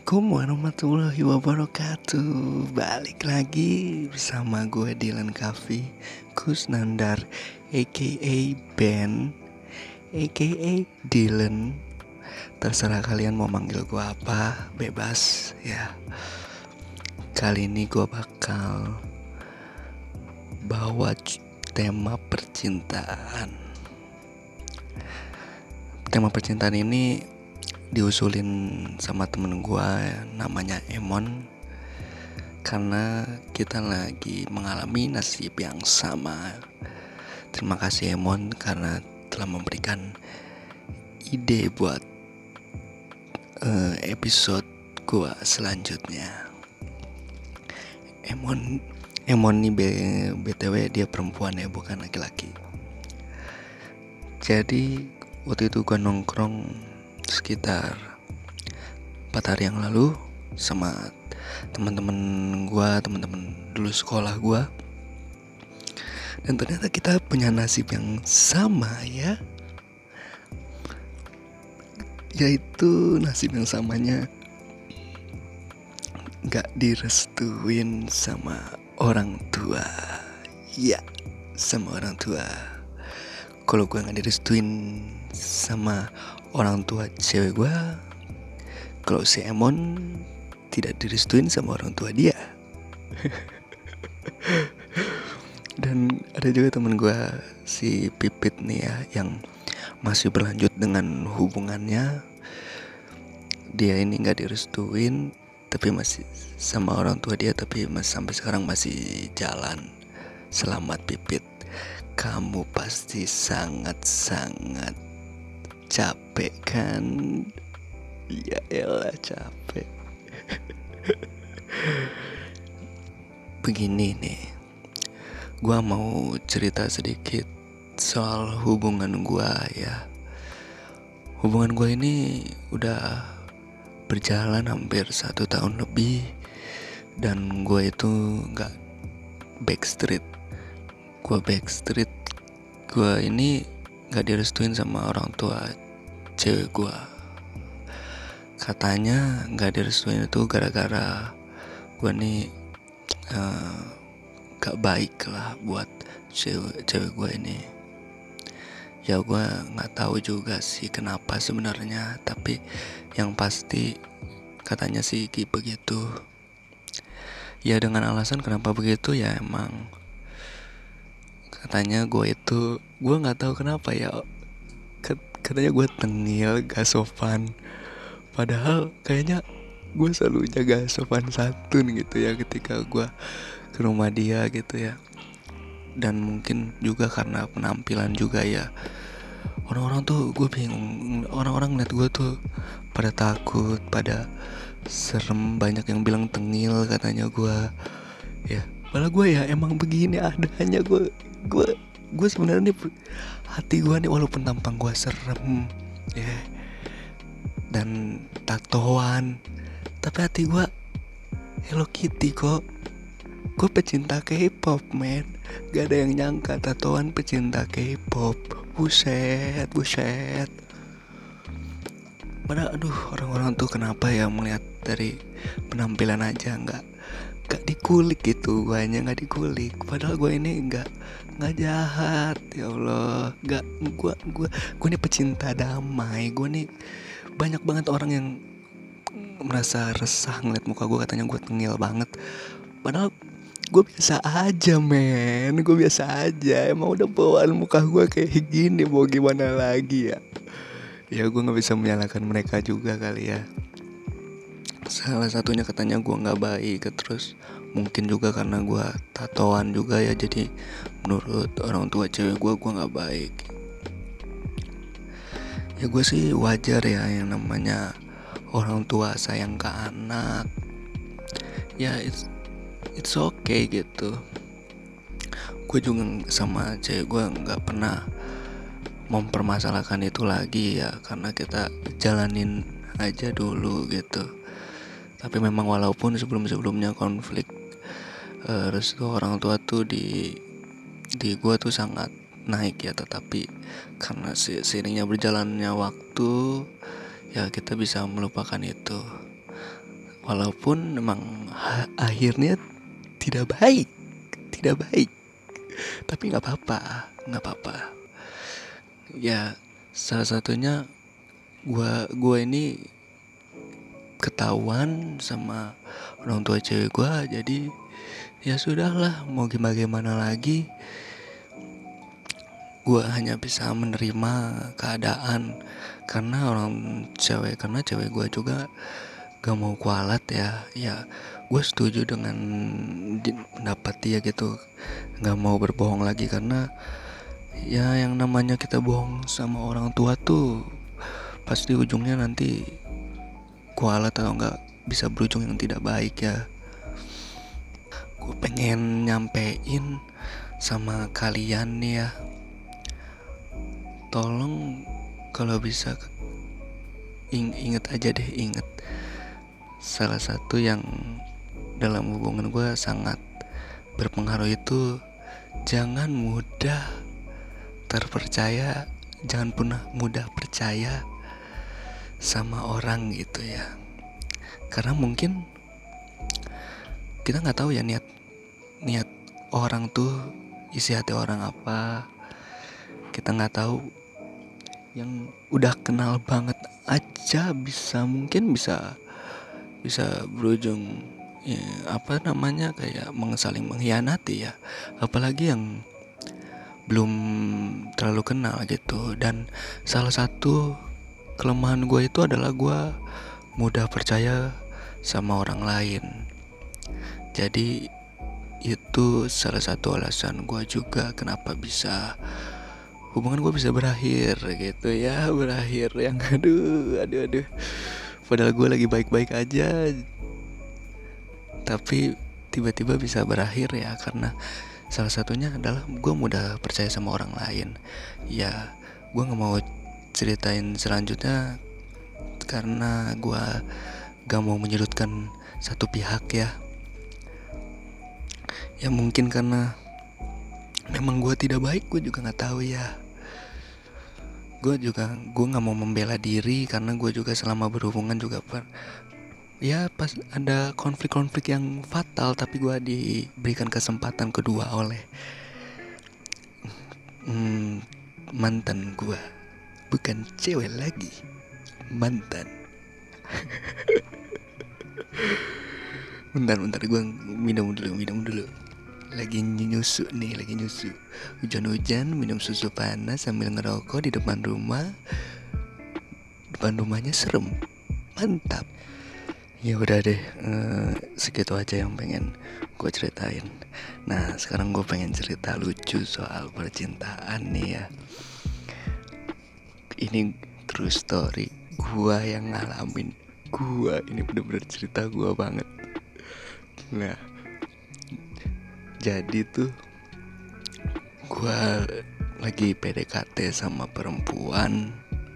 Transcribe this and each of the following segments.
Assalamualaikum warahmatullahi wabarakatuh. Balik lagi bersama gue Dylan Kavi Kusnandar aka Ben aka Dylan. Terserah kalian mau manggil gue apa, bebas ya. Kali ini gue bakal bawa tema percintaan. Tema percintaan ini diusulin sama temen gue namanya Emon, karena kita lagi mengalami nasib yang sama. Terima kasih Emon karena telah memberikan ide buat episode gue selanjutnya. Emon nih BTW dia perempuan ya, bukan laki-laki. Jadi waktu itu gue nongkrong sekitar 4 hari yang lalu sama teman-teman dulu sekolah gue, dan ternyata kita punya nasib yang sama ya, yaitu nasib yang samanya gak direstuin sama orang tua. Ya, sama orang tua. Kalau gue gak direstuin sama orang tua cewek gue, kalau si Emon tidak direstuin sama orang tua dia. Dan ada juga temen gue si Pipit nih ya, yang masih berlanjut dengan hubungannya. Dia ini gak direstuin tapi masih sama orang tua dia, tapi sampai sekarang masih jalan. Selamat Pipit, kamu pasti sangat-sangat capek kan? Ya elah capek. Begini nih, gua mau cerita sedikit soal hubungan gua ya. Hubungan gua ini udah berjalan hampir 1 tahun lebih, dan gua itu gak backstreet. Gua ini gak direstuin sama orang tua cewek gue. Katanya gak direstuin itu gara-gara gue nih gak baik lah buat cewek gue ini. Ya gue gak tahu juga sih kenapa sebenarnya, tapi yang pasti katanya sih begitu. Ya dengan alasan kenapa begitu ya, emang katanya gue gak tahu kenapa ya, katanya gue tengil, gak sopan. Padahal kayaknya gue selalu jaga sopan santun gitu ya ketika gue ke rumah dia gitu ya. Dan mungkin juga karena penampilan juga ya, orang-orang tuh gue bingung, orang-orang ngeliat gue tuh pada takut, pada serem. Banyak yang bilang tengil katanya gue ya. Padahal gue ya emang begini adanya. Gue sebenarnya nih, hati gue nih walaupun tampang gue serem ya dan tatoan, tapi hati gue Hello Kitty kok. Gue pecinta K-pop man. Gak ada yang nyangka tatoan pecinta K-pop. Buset. Padahal orang-orang tuh kenapa ya melihat dari penampilan aja, gak dikulik gitu. Gue hanya gak dikulik. Padahal gue ini gak jahat. Ya Allah, gue nih pecinta damai. Gue nih, banyak banget orang yang merasa resah ngeliat muka gue, katanya gue tengil banget. Padahal gue biasa aja men. Gue biasa aja. Emang udah bawaan muka gue kayak gini, mau gimana lagi ya. Ya gue gak bisa menyalahkan mereka juga kali ya. Salah satunya katanya gue gak baik. Terus mungkin juga karena gue tatoan juga ya, jadi menurut orang tua cewek gue gak baik. Ya gue sih wajar ya, yang namanya orang tua sayang ke anak. Ya it's okay gitu. Gue juga sama cewek gue gak pernah mempermasalahkan itu lagi ya, karena kita jalanin aja dulu gitu. Tapi memang walaupun sebelumnya konflik restu orang tua tuh di gue tuh sangat naik ya, tetapi karena seiringnya berjalannya waktu ya kita bisa melupakan itu. walaupun memang akhirnya tidak baik, tidak baik, tapi nggak apa-apa ya. Salah satunya gue ini ketahuan sama orang tua cewek gue, jadi ya sudahlah, mau gimana lagi. Gue hanya bisa menerima keadaan karena cewek gue juga gak mau kualat ya. Ya gue setuju dengan pendapat dia gitu, gak mau berbohong lagi, karena ya yang namanya kita bohong sama orang tua tuh pasti ujungnya nanti kualat atau enggak bisa berujung yang tidak baik ya. Gue pengen nyampein sama kalian nih ya, tolong kalau bisa inget aja deh, inget salah satu yang dalam hubungan gue sangat berpengaruh itu, jangan mudah terpercaya, jangan pernah mudah percaya sama orang gitu ya. Karena mungkin kita nggak tahu ya niat orang tuh, isi hati orang apa. Kita nggak tahu, yang udah kenal banget aja mungkin bisa berujung ya, kayak saling mengkhianati ya. Apalagi yang belum terlalu kenal gitu. Dan salah satu kelemahan gue itu adalah gue mudah percaya sama orang lain. Jadi itu salah satu alasan gue juga kenapa hubungan gue bisa berakhir gitu ya. Berakhir yang aduh. Padahal gue lagi baik-baik aja, tapi tiba-tiba bisa berakhir ya. Karena salah satunya adalah gue mudah percaya sama orang lain. Ya gue gak mau ceritain selanjutnya karena gue gak mau menyudutkan satu pihak ya. Ya mungkin karena memang gue tidak baik, gue juga gak tahu ya. Gue gak mau membela diri, karena gue juga selama berhubungan juga pas ada konflik-konflik yang fatal, tapi gue diberikan kesempatan kedua oleh mantan gue. Bukan cewek lagi, mantan. Bentar gue minum dulu. Lagi nyusu. Hujan-hujan minum susu panas sambil ngerokok di depan rumah. Depan rumahnya serem, mantap. Ya udah deh, segitu aja yang pengen gue ceritain. Nah sekarang gue pengen cerita lucu soal percintaan nih ya. Ini true story gue yang ngalamin. Ini bener-bener cerita gue banget. Nah jadi tuh gue lagi PDKT sama perempuan,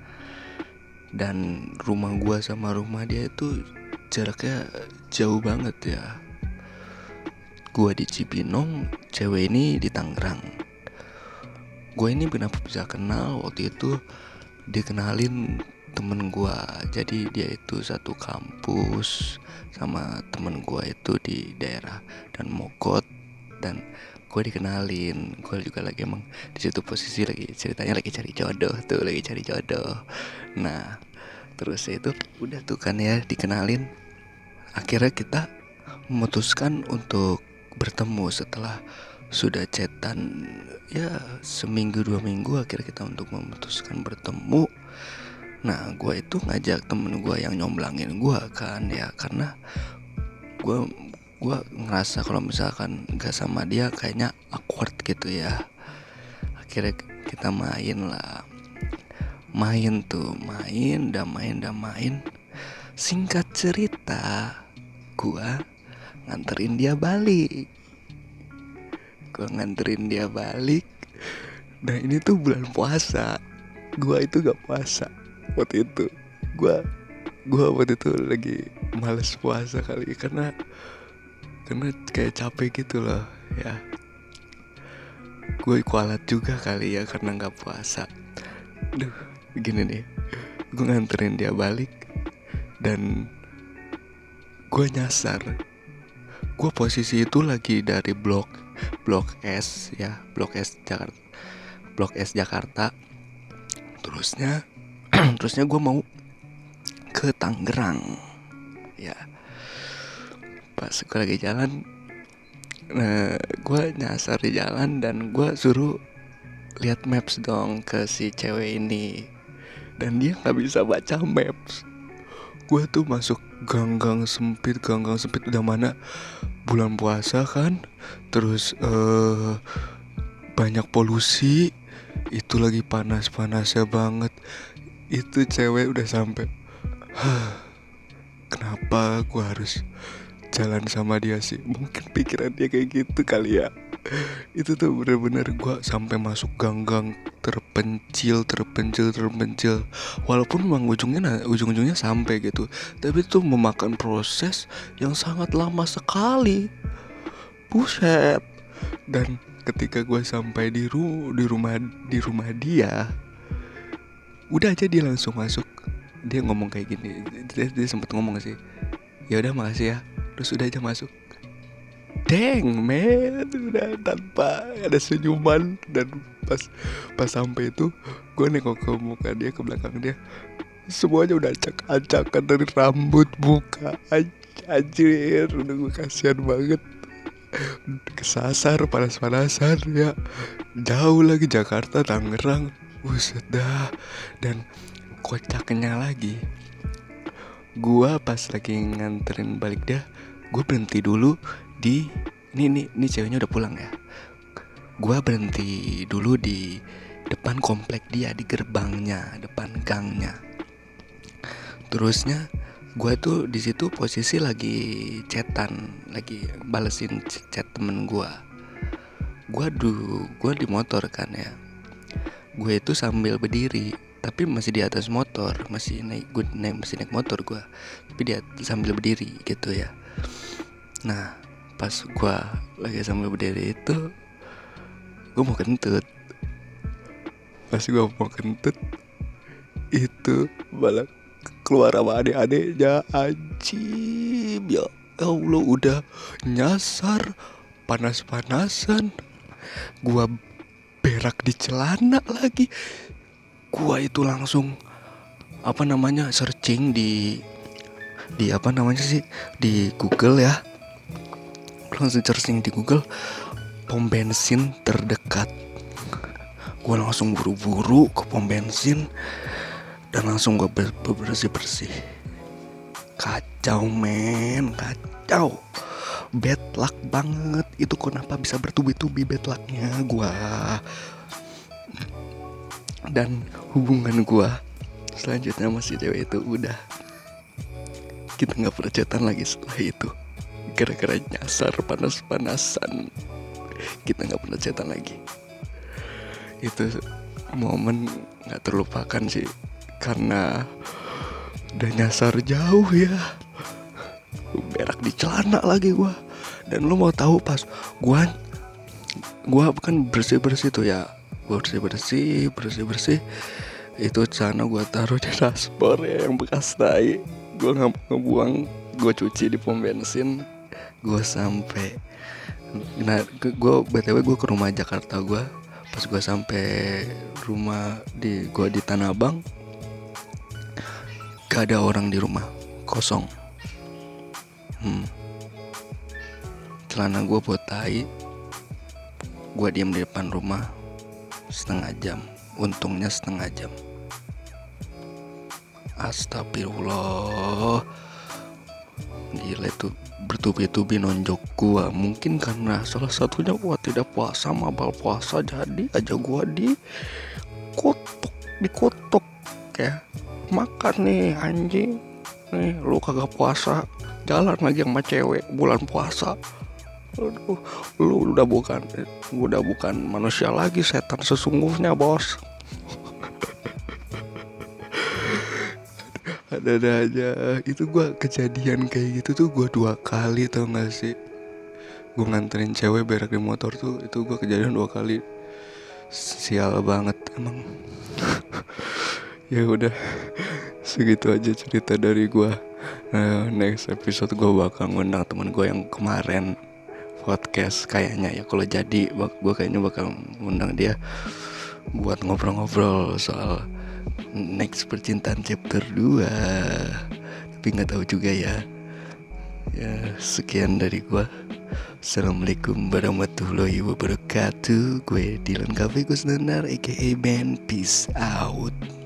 dan rumah gue sama rumah dia itu jaraknya jauh banget ya. Gue di Cibinong, cewek ini di Tangerang. Gue ini kenapa bisa kenal, waktu itu dikenalin temen gue. Jadi dia itu satu kampus sama temen gue itu di daerah dan Mogot, dan gue dikenalin. Gue juga lagi emang di situ posisi ceritanya lagi cari jodoh. Nah terus itu udah tuh kan ya, dikenalin. Akhirnya kita memutuskan untuk bertemu setelah sudah chatan ya seminggu 2 minggu. Akhirnya kita untuk memutuskan bertemu. Nah gue itu ngajak temen gue yang nyomblangin gue kan ya, karena gue ngerasa kalau misalkan gak sama dia kayaknya awkward gitu ya. Akhirnya kita main main. Singkat cerita, gue nganterin dia balik. Nah ini tuh bulan puasa, gue itu gak puasa waktu itu. Gue waktu itu lagi males puasa kali, karena kayak capek gitu loh ya. Gue kualat juga kali ya karena gak puasa. Begini nih, gue nganterin dia balik, dan gue nyasar. Gue posisi itu lagi dari blok S ya, blok S Jakarta. Terusnya gue mau ke Tangerang ya. Pas gue lagi jalan, gue nyasar di jalan dan gue suruh lihat maps dong ke si cewek ini, dan dia nggak bisa baca maps. Gue tuh masuk gang-gang sempit udah mana bulan puasa kan, terus banyak polusi, itu lagi panas-panasnya banget. Itu cewek udah sampai, kenapa gue harus jalan sama dia sih? Mungkin pikiran dia kayak gitu kali ya. Itu tuh bener-bener gue sampai masuk gang-gang terpencil. Walaupun memang ujung-ujungnya sampai gitu, tapi itu memakan proses yang sangat lama sekali. Buset. Dan ketika gue sampai di rumah dia, udah aja dia langsung masuk. Dia ngomong kayak gini, dia sempet ngomong sih, ya udah makasih ya, terus udah aja masuk. Dang man, udah tanpa ada senyuman. Dan pas sampai itu, gue nengok ke muka dia, ke belakang dia, semuanya udah acak-acakan dari rambut, muka, anjir. Udah gue kasihan banget, kesasar, panas-panasan ya. Jauh lagi, Jakarta, Tangerang, buset dah. Dan kocaknya lagi, gue pas lagi nganterin balik dia, gue berhenti dulu di ini ceweknya udah pulang ya. Gue berhenti dulu di depan komplek dia, di gerbangnya, depan gangnya. Terusnya gue tuh di situ posisi lagi chatan, lagi balesin chat temen gue. Gue di motor kan ya. Gue itu sambil berdiri, tapi masih di atas motor, masih naik motor gue, tapi dia sambil berdiri gitu ya. Nah, pas gue lagi sambil berdiri itu, gue mau kentut. Pas gue mau kentut, itu malah keluar sama adik-adiknya. Anjim, ya Allah, udah nyasar, panas-panasan, gue berak di celana lagi. Gue itu langsung searching di di Google ya. Langsung searching di Google pom bensin terdekat. Gue langsung buru-buru ke pom bensin dan langsung gue bersih. Kacau men, kacau. Bad luck banget. Itu kenapa bisa bertubi-tubi bad lucknya gue. Dan hubungan gue selanjutnya masih cewek itu udah, kita gak pernah chatan lagi setelah itu. Gara-gara nyasar, panas-panasan, kita gak pernah chatan lagi. Itu momen gak terlupakan sih, karena udah nyasar jauh ya. Berak di celana lagi gua. Dan lu mau tahu, pas gua kan bersih-bersih tuh ya. Gua bersih-bersih itu celana gua taruh di dashboard ya, yang bekas tai. Gua gak mau ngebuang, gua cuci di pom bensin. Gue sampai, nah gue btw gue ke rumah Jakarta gue. Pas gue sampai rumah di Tanah Abang, gak ada orang di rumah, kosong. Celana gue buat tai. Gue diam di depan rumah setengah jam. Untungnya setengah jam. Astagfirullah, gila itu bertubi-tubi nonjok gua. Mungkin karena salah satunya gua tidak puasa, mabal puasa, jadi aja gua dikotok kayak makan nih anjing nih, lu kagak puasa jalan lagi sama cewek bulan puasa. Aduh, lu udah bukan manusia lagi, setan sesungguhnya bos. Ada aja. Itu gue kejadian kayak gitu tuh gue 2 kali, tau gak sih. Gue nganterin cewek berak di motor tuh, itu gue kejadian 2 kali. Sial banget emang. Ya udah, segitu aja cerita dari gue. Next episode gue bakal ngundang teman gue yang kemarin podcast kayaknya ya. Kalau jadi gue kayaknya bakal ngundang dia buat ngobrol-ngobrol soal next percintaan chapter 2. Tapi gak tahu juga ya. Ya sekian dari gue. Assalamualaikum warahmatullahi wabarakatuh. Gue Dylan Cafe Kusnanar aka Ben. Peace out.